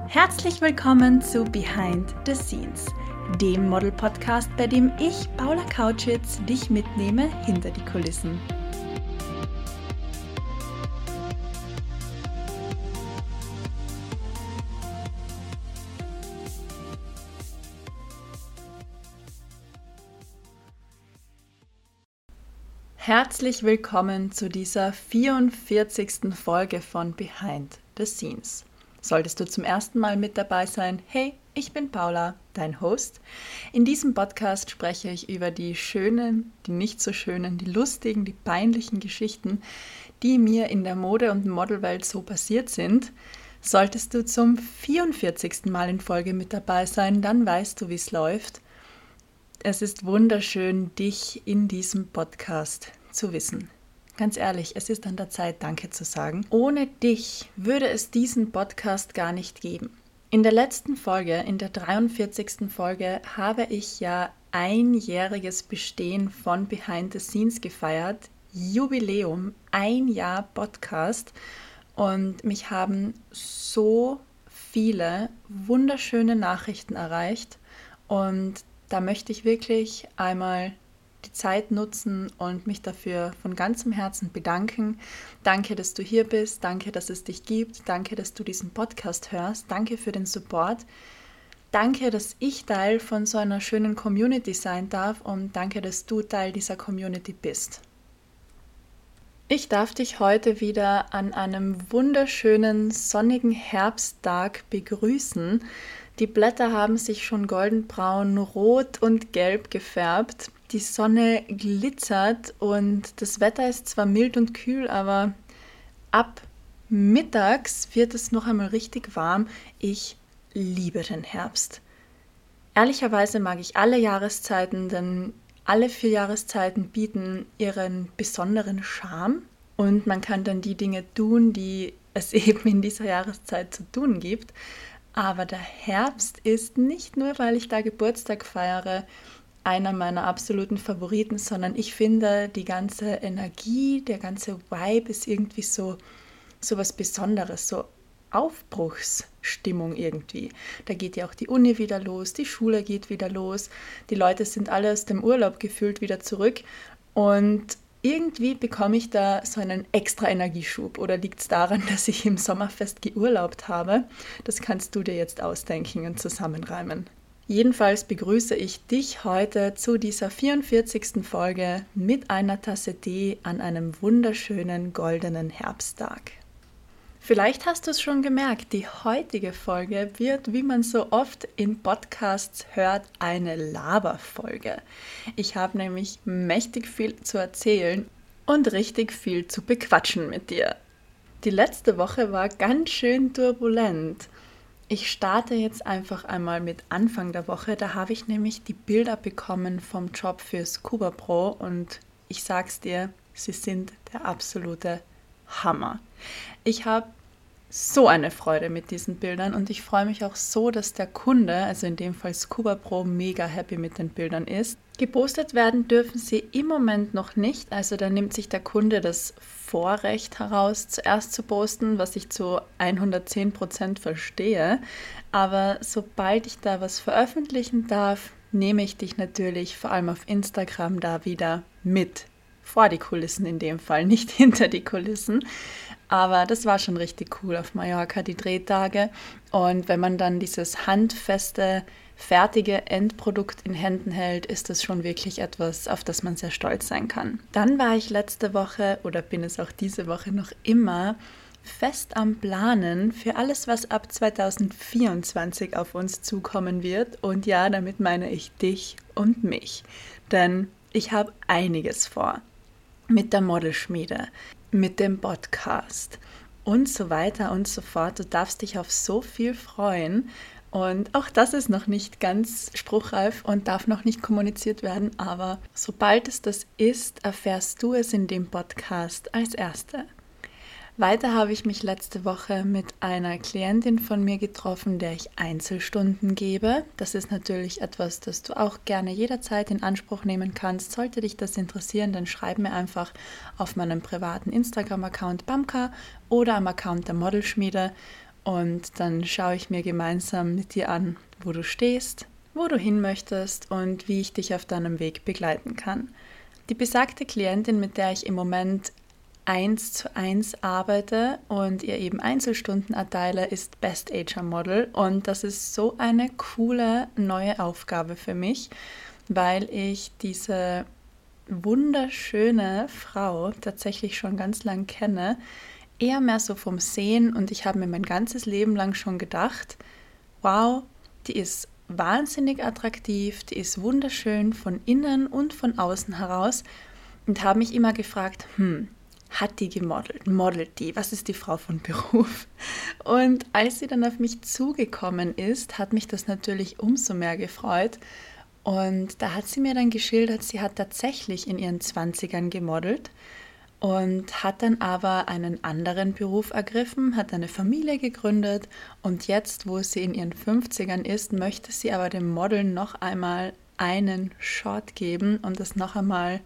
Herzlich willkommen zu Behind the Scenes, dem Model-Podcast, bei dem ich, Paula Kautschitz, dich mitnehme hinter die Kulissen. Herzlich willkommen zu dieser 44. Folge von Behind the Scenes. Solltest du zum ersten Mal mit dabei sein, hey, ich bin Paula, dein Host. In diesem Podcast spreche ich über die schönen, die nicht so schönen, die lustigen, die peinlichen Geschichten, die mir in der Mode- und Modelwelt so passiert sind. Solltest du zum 44. Mal in Folge mit dabei sein, dann weißt du, wie es läuft. Es ist wunderschön, dich in diesem Podcast zu wissen. Ganz ehrlich, es ist an der Zeit, Danke zu sagen. Ohne dich würde es diesen Podcast gar nicht geben. In der letzten Folge, in der 43. Folge, habe ich ja einjähriges Bestehen von Behind the Scenes gefeiert. Jubiläum, 1 Jahr Podcast. Und mich haben so viele wunderschöne Nachrichten erreicht. Und da möchte ich wirklich einmal die Zeit nutzen und mich dafür von ganzem Herzen bedanken. Danke, dass du hier bist. Danke, dass es dich gibt. Danke, dass du diesen Podcast hörst. Danke für den Support. Danke, dass ich Teil von so einer schönen Community sein darf und danke, dass du Teil dieser Community bist. Ich darf dich heute wieder an einem wunderschönen sonnigen Herbsttag begrüßen. Die Blätter haben sich schon goldenbraun, rot und gelb gefärbt. Die Sonne glitzert und das Wetter ist zwar mild und kühl, aber ab mittags wird es noch einmal richtig warm. Ich liebe den Herbst. Ehrlicherweise mag ich alle Jahreszeiten, denn alle 4 Jahreszeiten bieten ihren besonderen Charme und man kann dann die Dinge tun, die es eben in dieser Jahreszeit zu tun gibt. Aber der Herbst ist nicht nur, weil ich da Geburtstag feiere, einer meiner absoluten Favoriten, sondern ich finde, die ganze Energie, der ganze Vibe ist irgendwie so was Besonderes, so Aufbruchsstimmung irgendwie. Da geht ja auch die Uni wieder los, die Schule geht wieder los, die Leute sind alle aus dem Urlaub gefühlt wieder zurück und irgendwie bekomme ich da so einen extra Energieschub. Oder liegt es daran, dass ich im Sommerfest geurlaubt habe? Das kannst du dir jetzt ausdenken und zusammenreimen. Jedenfalls begrüße ich dich heute zu dieser 44. Folge mit einer Tasse Tee an einem wunderschönen goldenen Herbsttag. Vielleicht hast du es schon gemerkt, die heutige Folge wird, wie man so oft in Podcasts hört, eine Laberfolge. Ich habe nämlich mächtig viel zu erzählen und richtig viel zu bequatschen mit dir. Die letzte Woche war ganz schön turbulent. Ich starte jetzt einfach einmal mit Anfang der Woche. Da habe ich nämlich die Bilder bekommen vom Job für Scuba Pro und ich sag's dir, sie sind der absolute Hammer. Ich habe so eine Freude mit diesen Bildern und ich freue mich auch so, dass der Kunde, also in dem Fall Scuba Pro, mega happy mit den Bildern ist. Gepostet werden dürfen sie im Moment noch nicht, also da nimmt sich der Kunde das Vorrecht heraus, zuerst zu posten, was ich zu 110% verstehe. Aber sobald ich da was veröffentlichen darf, nehme ich dich natürlich vor allem auf Instagram da wieder mit. Vor die Kulissen in dem Fall, nicht hinter die Kulissen. Aber das war schon richtig cool auf Mallorca, die Drehtage. Und wenn man dann dieses handfeste, fertige Endprodukt in Händen hält, ist das schon wirklich etwas, auf das man sehr stolz sein kann. Dann war ich letzte Woche oder bin es auch diese Woche noch immer fest am Planen für alles, was ab 2024 auf uns zukommen wird. Und ja, damit meine ich dich und mich. Denn ich habe einiges vor. Mit der Modelschmiede, mit dem Podcast und so weiter und so fort. Du darfst dich auf so viel freuen. Und auch das ist noch nicht ganz spruchreif und darf noch nicht kommuniziert werden. Aber sobald es das ist, erfährst du es in dem Podcast als Erste. Weiter habe ich mich letzte Woche mit einer Klientin von mir getroffen, der ich Einzelstunden gebe. Das ist natürlich etwas, das du auch gerne jederzeit in Anspruch nehmen kannst. Sollte dich das interessieren, dann schreib mir einfach auf meinem privaten Instagram-Account Bamka oder am Account der Modelschmiede und dann schaue ich mir gemeinsam mit dir an, wo du stehst, wo du hin möchtest und wie ich dich auf deinem Weg begleiten kann. Die besagte Klientin, mit der ich im Moment 1:1 arbeite und ihr eben Einzelstunden erteile, ist Best Ager Model und das ist so eine coole neue Aufgabe für mich, weil ich diese wunderschöne Frau tatsächlich schon ganz lang kenne, eher mehr so vom Sehen und ich habe mir mein ganzes Leben lang schon gedacht, wow, die ist wahnsinnig attraktiv, die ist wunderschön von innen und von außen heraus und habe mich immer gefragt, hat die gemodelt? Modelt die? Was ist die Frau von Beruf? Und als sie dann auf mich zugekommen ist, hat mich das natürlich umso mehr gefreut. Und da hat sie mir dann geschildert, sie hat tatsächlich in ihren 20ern gemodelt und hat dann aber einen anderen Beruf ergriffen, hat eine Familie gegründet und jetzt, wo sie in ihren 50ern ist, möchte sie aber dem Modeln noch einmal einen Shot geben und das noch einmal,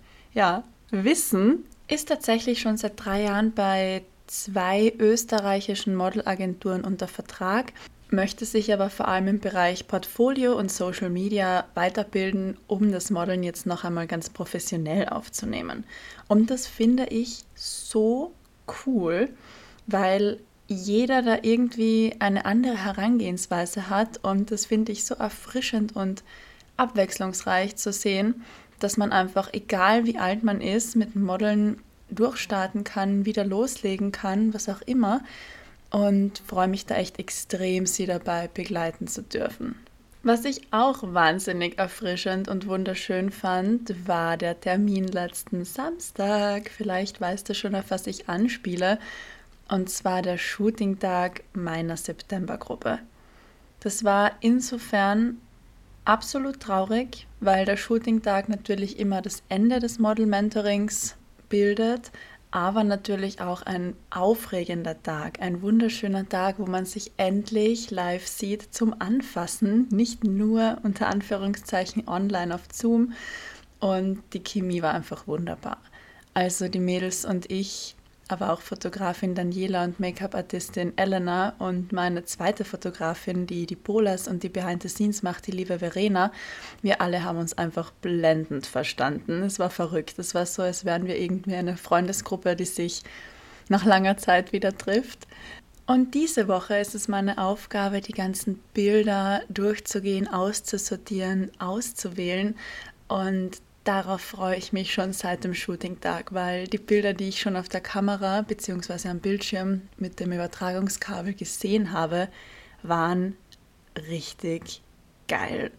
wissen. Ist tatsächlich schon seit 3 Jahren bei 2 österreichischen Modelagenturen unter Vertrag, möchte sich aber vor allem im Bereich Portfolio und Social Media weiterbilden, um das Modeln jetzt noch einmal ganz professionell aufzunehmen. Und das finde ich so cool, weil jeder da irgendwie eine andere Herangehensweise hat und das finde ich so erfrischend und abwechslungsreich zu sehen, dass man einfach, egal wie alt man ist, mit dem Modeln durchstarten kann, wieder loslegen kann, was auch immer. Und freue mich da echt extrem, sie dabei begleiten zu dürfen. Was ich auch wahnsinnig erfrischend und wunderschön fand, war der Termin letzten Samstag. Vielleicht weißt du schon, auf was ich anspiele. Und zwar der Shooting-Tag meiner Septembergruppe. Das war insofern absolut traurig, weil der Shooting-Tag natürlich immer das Ende des Model-Mentorings bildet, aber natürlich auch ein aufregender Tag, ein wunderschöner Tag, wo man sich endlich live sieht zum Anfassen, nicht nur unter Anführungszeichen online auf Zoom und die Chemie war einfach wunderbar. Also die Mädels und ich, aber auch Fotografin Daniela und Make-up-Artistin Elena und meine zweite Fotografin, die Polars und die Behind the Scenes macht, die liebe Verena. Wir alle haben uns einfach blendend verstanden. Es war verrückt. Es war so, als wären wir irgendwie eine Freundesgruppe, die sich nach langer Zeit wieder trifft. Und diese Woche ist es meine Aufgabe, die ganzen Bilder durchzugehen, auszusortieren, auszuwählen und darauf freue ich mich schon seit dem Shooting-Tag, weil die Bilder, die ich schon auf der Kamera bzw. am Bildschirm mit dem Übertragungskabel gesehen habe, waren richtig geil.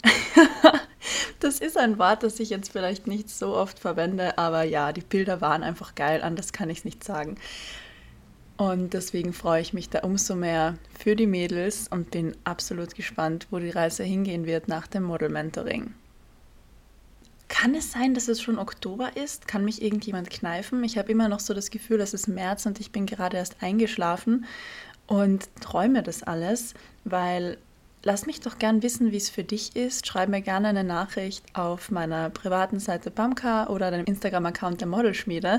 Das ist ein Wort, das ich jetzt vielleicht nicht so oft verwende, aber ja, die Bilder waren einfach geil, anders kann ich es nicht sagen. Und deswegen freue ich mich da umso mehr für die Mädels und bin absolut gespannt, wo die Reise hingehen wird nach dem Model-Mentoring. Kann es sein, dass es schon Oktober ist? Kann mich irgendjemand kneifen? Ich habe immer noch so das Gefühl, es ist März und ich bin gerade erst eingeschlafen und träume das alles, weil lass mich doch gern wissen, wie es für dich ist. Schreib mir gerne eine Nachricht auf meiner privaten Seite Bamka oder deinem Instagram-Account der Modelschmiede.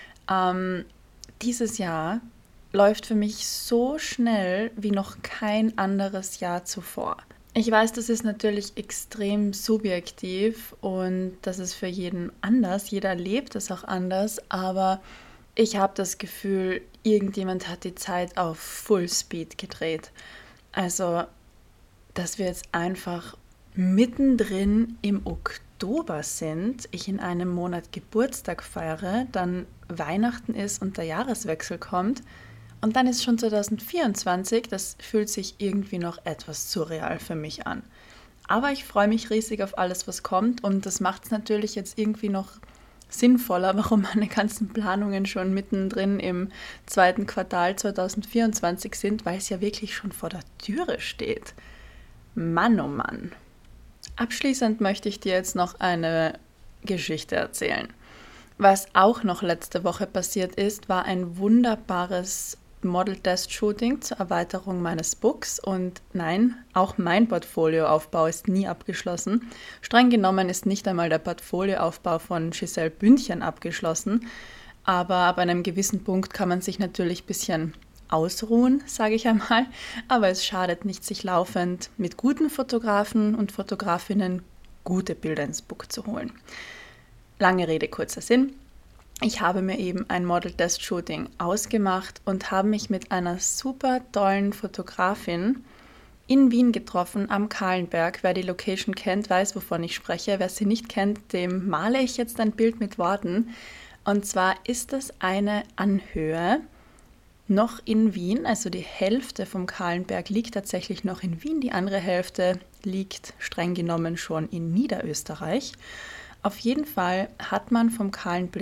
Dieses Jahr läuft für mich so schnell wie noch kein anderes Jahr zuvor. Ich weiß, das ist natürlich extrem subjektiv und das ist für jeden anders. Jeder lebt es auch anders, aber ich habe das Gefühl, irgendjemand hat die Zeit auf Fullspeed gedreht. Also, dass wir jetzt einfach mittendrin im Oktober sind, ich in einem Monat Geburtstag feiere, dann Weihnachten ist und der Jahreswechsel kommt. Und dann ist schon 2024, das fühlt sich irgendwie noch etwas surreal für mich an. Aber ich freue mich riesig auf alles, was kommt und das macht es natürlich jetzt irgendwie noch sinnvoller, warum meine ganzen Planungen schon mittendrin im 2. Quartal 2024 sind, weil es ja wirklich schon vor der Türe steht. Mann, oh Mann. Abschließend möchte ich dir jetzt noch eine Geschichte erzählen. Was auch noch letzte Woche passiert ist, war ein wunderbares Model-Test-Shooting zur Erweiterung meines Books und nein, auch mein Portfolioaufbau ist nie abgeschlossen. Streng genommen ist nicht einmal der Portfolioaufbau von Giselle Bündchen abgeschlossen, aber ab einem gewissen Punkt kann man sich natürlich ein bisschen ausruhen, sage ich einmal. Aber es schadet nicht, sich laufend mit guten Fotografen und Fotografinnen gute Bilder ins Book zu holen. Lange Rede, kurzer Sinn. Ich habe mir eben ein Model-Test-Shooting ausgemacht und habe mich mit einer super tollen Fotografin in Wien getroffen, am Kahlenberg. Wer die Location kennt, weiß, wovon ich spreche. Wer sie nicht kennt, dem male ich jetzt ein Bild mit Worten. Und zwar ist es eine Anhöhe noch in Wien, also die Hälfte vom Kahlenberg liegt tatsächlich noch in Wien, die andere Hälfte liegt streng genommen schon in Niederösterreich. Auf jeden Fall hat man vom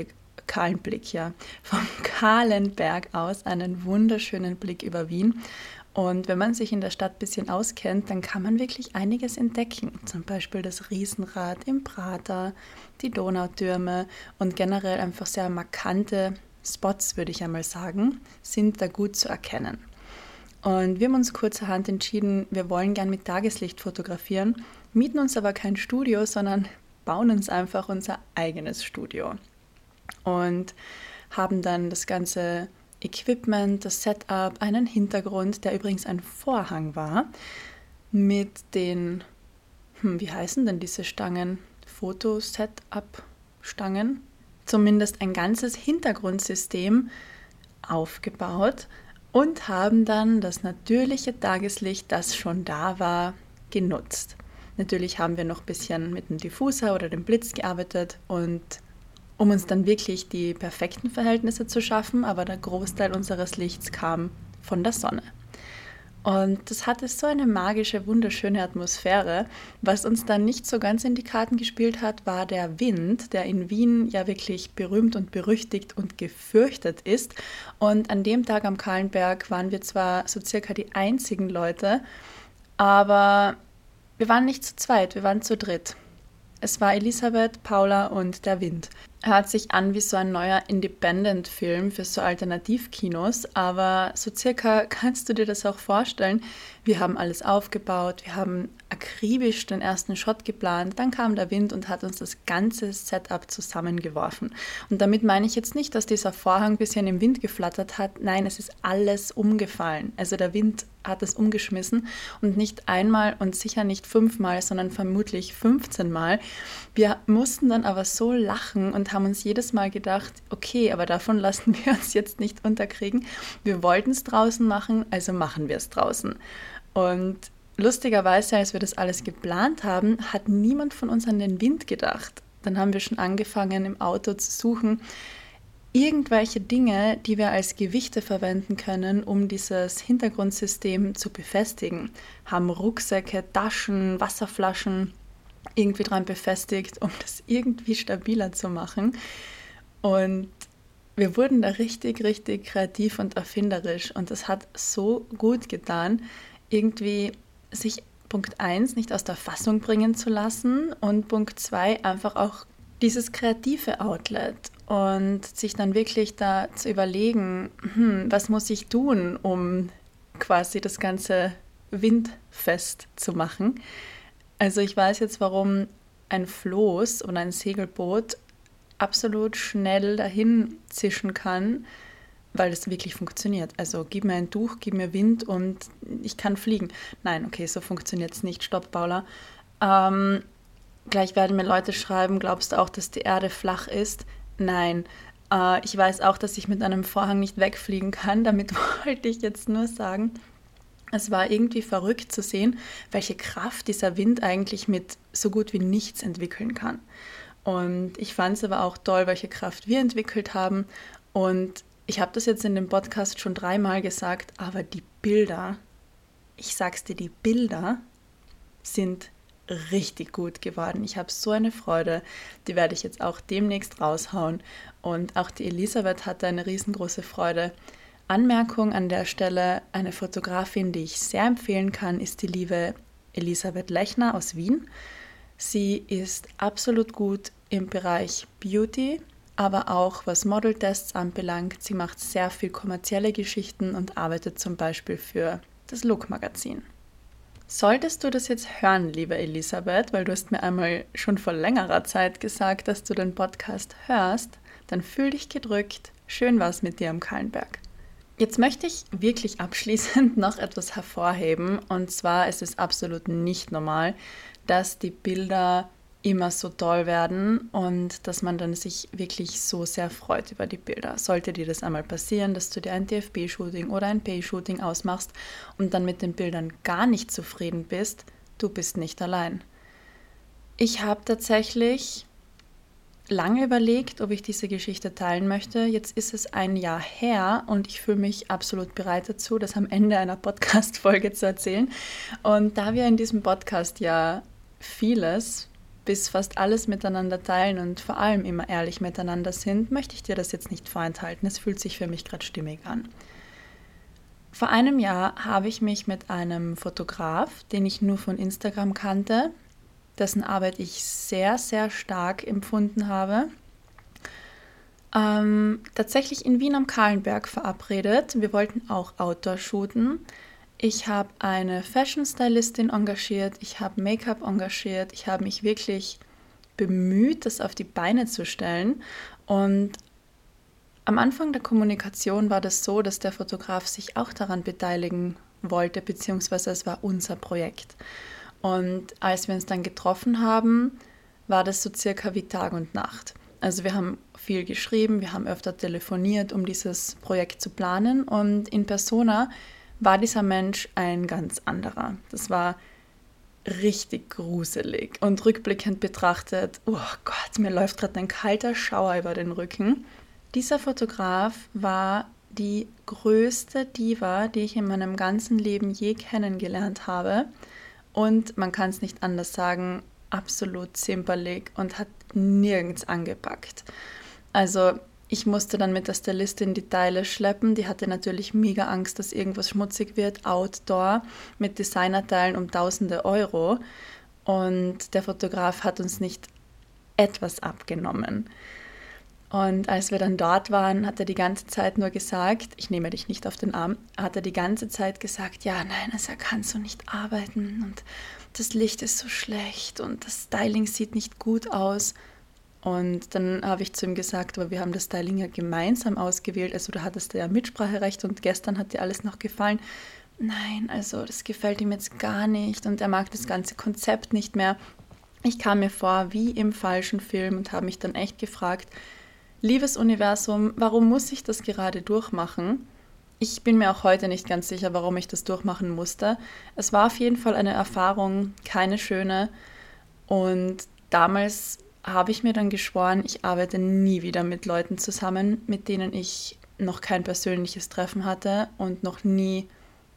Kahlenberg aus einen wunderschönen Blick über Wien. Und wenn man sich in der Stadt ein bisschen auskennt, dann kann man wirklich einiges entdecken. Zum Beispiel das Riesenrad im Prater, die Donautürme und generell einfach sehr markante Spots, würde ich einmal sagen, sind da gut zu erkennen. Und wir haben uns kurzerhand entschieden, wir wollen gern mit Tageslicht fotografieren, mieten uns aber kein Studio, sondern bauen uns einfach unser eigenes Studio. Und haben dann das ganze Equipment, das Setup, einen Hintergrund, der übrigens ein Vorhang war, mit den, wie heißen denn diese Stangen? Foto-Setup-Stangen? Zumindest ein ganzes Hintergrundsystem aufgebaut und haben dann das natürliche Tageslicht, das schon da war, genutzt. Natürlich haben wir noch ein bisschen mit dem Diffuser oder dem Blitz gearbeitet und um uns dann wirklich die perfekten Verhältnisse zu schaffen, aber der Großteil unseres Lichts kam von der Sonne. Und das hatte so eine magische, wunderschöne Atmosphäre. Was uns dann nicht so ganz in die Karten gespielt hat, war der Wind, der in Wien ja wirklich berühmt und berüchtigt und gefürchtet ist. Und an dem Tag am Kahlenberg waren wir zwar so circa die einzigen Leute, aber wir waren nicht zu zweit, wir waren zu dritt. Es war Elisabeth, Paula und der Wind. Hört sich an wie so ein neuer Independent-Film für so Alternativkinos, aber so circa kannst du dir das auch vorstellen. Wir haben alles aufgebaut, wir haben akribisch den ersten Shot geplant, dann kam der Wind und hat uns das ganze Setup zusammengeworfen. Und damit meine ich jetzt nicht, dass dieser Vorhang ein bisschen im Wind geflattert hat, nein, es ist alles umgefallen. Also der Wind hat es umgeschmissen und nicht einmal und sicher nicht 5-mal, sondern vermutlich 15-mal. Wir mussten dann aber so lachen und haben uns jedes Mal gedacht, okay, aber davon lassen wir uns jetzt nicht unterkriegen. Wir wollten es draußen machen, also machen wir es draußen. Und lustigerweise, als wir das alles geplant haben, hat niemand von uns an den Wind gedacht. Dann haben wir schon angefangen, im Auto zu suchen, irgendwelche Dinge, die wir als Gewichte verwenden können, um dieses Hintergrundsystem zu befestigen. Haben Rucksäcke, Taschen, Wasserflaschen irgendwie dran befestigt, um das irgendwie stabiler zu machen. Und wir wurden da richtig, richtig kreativ und erfinderisch. Und das hat so gut getan, irgendwie sich Punkt 1 nicht aus der Fassung bringen zu lassen und Punkt 2 einfach auch dieses kreative Outlet und sich dann wirklich da zu überlegen, was muss ich tun, um quasi das ganze windfest zu machen. Also ich weiß jetzt, warum ein Floß oder ein Segelboot absolut schnell dahin zischen kann, weil das wirklich funktioniert. Also gib mir ein Tuch, gib mir Wind und ich kann fliegen. Nein, okay, so funktioniert es nicht. Stopp, Paula. Gleich werden mir Leute schreiben, glaubst du auch, dass die Erde flach ist? Nein. Ich weiß auch, dass ich mit einem Vorhang nicht wegfliegen kann. Damit wollte ich jetzt nur sagen, es war irgendwie verrückt zu sehen, welche Kraft dieser Wind eigentlich mit so gut wie nichts entwickeln kann. Und ich fand es aber auch toll, welche Kraft wir entwickelt haben. Und ich habe das jetzt in dem Podcast schon 3-mal gesagt, aber die Bilder, ich sag's dir, die Bilder sind richtig gut geworden. Ich habe so eine Freude, die werde ich jetzt auch demnächst raushauen. Und auch die Elisabeth hatte eine riesengroße Freude. Anmerkung an der Stelle, eine Fotografin, die ich sehr empfehlen kann, ist die liebe Elisabeth Lechner aus Wien. Sie ist absolut gut im Bereich Beauty, aber auch was Modeltests anbelangt. Sie macht sehr viel kommerzielle Geschichten und arbeitet zum Beispiel für das Look-Magazin. Solltest du das jetzt hören, liebe Elisabeth, weil du hast mir einmal schon vor längerer Zeit gesagt, dass du den Podcast hörst, dann fühl dich gedrückt. Schön war's mit dir am Kahlenberg. Jetzt möchte ich wirklich abschließend noch etwas hervorheben. Und zwar ist es absolut nicht normal, dass die Bilder immer so toll werden und dass man dann sich wirklich so sehr freut über die Bilder. Sollte dir das einmal passieren, dass du dir ein DFB-Shooting oder ein Pay-Shooting ausmachst und dann mit den Bildern gar nicht zufrieden bist, du bist nicht allein. Ich habe tatsächlich lange überlegt, ob ich diese Geschichte teilen möchte. Jetzt ist es ein Jahr her und ich fühle mich absolut bereit dazu, das am Ende einer Podcast-Folge zu erzählen. Und da wir in diesem Podcast ja vieles bis fast alles miteinander teilen und vor allem immer ehrlich miteinander sind, möchte ich dir das jetzt nicht vorenthalten. Es fühlt sich für mich gerade stimmig an. Vor einem Jahr habe ich mich mit einem Fotograf, den ich nur von Instagram kannte, dessen Arbeit ich sehr, sehr stark empfunden habe, tatsächlich in Wien am Kahlenberg verabredet. Wir wollten auch Outdoor shooten. Ich habe eine Fashion-Stylistin engagiert, ich habe Make-up engagiert, ich habe mich wirklich bemüht, das auf die Beine zu stellen. Und am Anfang der Kommunikation war das so, dass der Fotograf sich auch daran beteiligen wollte, beziehungsweise es war unser Projekt. Und als wir uns dann getroffen haben, war das so circa wie Tag und Nacht. Also wir haben viel geschrieben, wir haben öfter telefoniert, um dieses Projekt zu planen. Und in Persona war dieser Mensch ein ganz anderer. Das war richtig gruselig. Und rückblickend betrachtet, oh Gott, mir läuft gerade ein kalter Schauer über den Rücken. Dieser Fotograf war die größte Diva, die ich in meinem ganzen Leben je kennengelernt habe. Und man kann es nicht anders sagen, absolut zimperlich und hat nirgends angepackt. Also ich musste dann mit der Stylistin die Teile schleppen. Die hatte natürlich mega Angst, dass irgendwas schmutzig wird, outdoor, mit Designerteilen um tausende Euro. Und der Fotograf hat uns nicht etwas abgenommen. Und als wir dann dort waren, hat er die ganze Zeit nur gesagt, ich nehme dich nicht auf den Arm, hat er die ganze Zeit gesagt, ja, nein, also er kann so nicht arbeiten und das Licht ist so schlecht und das Styling sieht nicht gut aus. Und dann habe ich zu ihm gesagt, aber wir haben das Styling ja gemeinsam ausgewählt, also da hattest du ja Mitspracherecht und gestern hat dir alles noch gefallen. Nein, also das gefällt ihm jetzt gar nicht und er mag das ganze Konzept nicht mehr. Ich kam mir vor wie im falschen Film und habe mich dann echt gefragt, liebes Universum, warum muss ich das gerade durchmachen? Ich bin mir auch heute nicht ganz sicher, warum ich das durchmachen musste. Es war auf jeden Fall eine Erfahrung, keine schöne. Und damals habe ich mir dann geschworen, ich arbeite nie wieder mit Leuten zusammen, mit denen ich noch kein persönliches Treffen hatte und noch nie,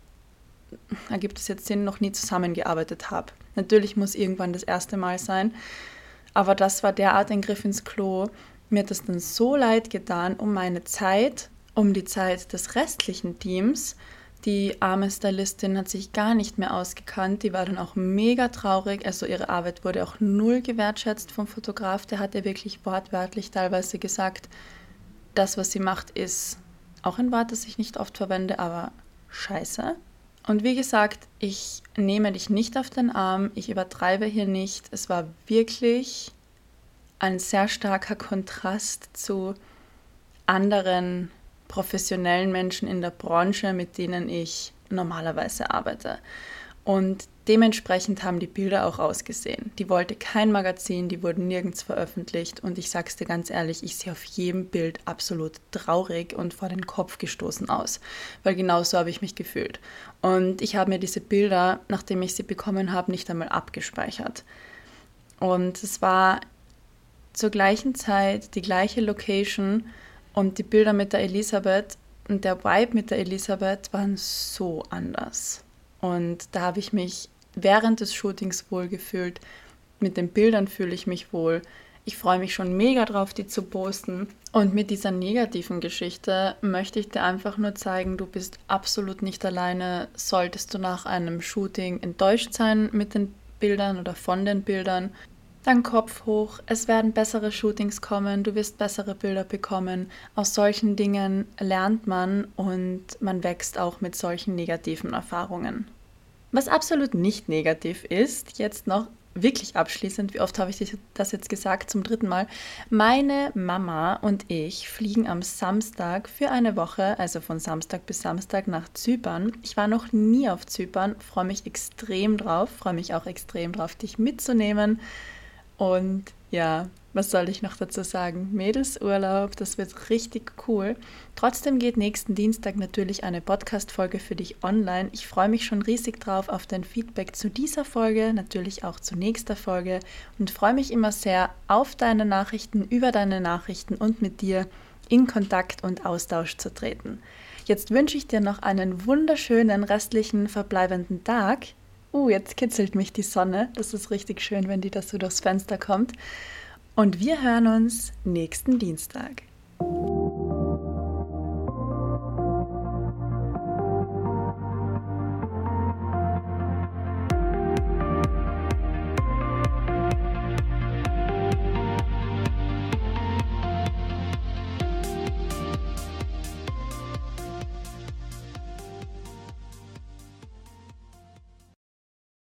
ergibt es jetzt Sinn, noch nie zusammengearbeitet habe. Natürlich muss irgendwann das erste Mal sein, aber das war derart ein Griff ins Klo. Mir hat das dann so leid getan um meine Zeit, um die Zeit des restlichen Teams. Die arme Stylistin hat sich gar nicht mehr ausgekannt, die war dann auch mega traurig, also ihre Arbeit wurde auch null gewertschätzt vom Fotograf, der hat ihr wirklich wortwörtlich teilweise gesagt, das, was sie macht, ist auch ein Wort, das ich nicht oft verwende, aber scheiße. Und wie gesagt, ich nehme dich nicht auf den Arm, ich übertreibe hier nicht, es war wirklich ein sehr starker Kontrast zu anderen professionellen Menschen in der Branche, mit denen ich normalerweise arbeite. Und dementsprechend haben die Bilder auch ausgesehen. Die wollte kein Magazin, die wurden nirgends veröffentlicht und ich sag's dir ganz ehrlich, ich sehe auf jedem Bild absolut traurig und vor den Kopf gestoßen aus, weil genau so habe ich mich gefühlt. Und ich habe mir diese Bilder, nachdem ich sie bekommen habe, nicht einmal abgespeichert. Und es war zur gleichen Zeit die gleiche Location und die Bilder mit der Elisabeth und der Vibe mit der Elisabeth waren so anders. Und da habe ich mich während des Shootings wohl gefühlt. Mit den Bildern fühle ich mich wohl. Ich freue mich schon mega drauf, die zu posten. Und mit dieser negativen Geschichte möchte ich dir einfach nur zeigen, du bist absolut nicht alleine. Solltest du nach einem Shooting enttäuscht sein mit den Bildern oder von den Bildern, dann Kopf hoch, es werden bessere Shootings kommen, du wirst bessere Bilder bekommen. Aus solchen Dingen lernt man und man wächst auch mit solchen negativen Erfahrungen. Was absolut nicht negativ ist, jetzt noch wirklich abschließend, wie oft habe ich das jetzt gesagt, zum 3. Mal. Meine Mama und ich fliegen am Samstag für eine Woche, also von Samstag bis Samstag nach Zypern. Ich war noch nie auf Zypern, freue mich extrem drauf, freue mich auch extrem drauf, dich mitzunehmen. Und ja, was soll ich noch dazu sagen? Mädelsurlaub, das wird richtig cool. Trotzdem geht nächsten Dienstag natürlich eine Podcast-Folge für dich online. Ich freue mich schon riesig drauf auf dein Feedback zu dieser Folge, natürlich auch zu nächster Folge und freue mich immer sehr auf deine Nachrichten, über deine Nachrichten und mit dir in Kontakt und Austausch zu treten. Jetzt wünsche ich dir noch einen wunderschönen restlichen verbleibenden Tag. Jetzt kitzelt mich die Sonne. Das ist richtig schön, wenn die da so durchs Fenster kommt. Und wir hören uns nächsten Dienstag.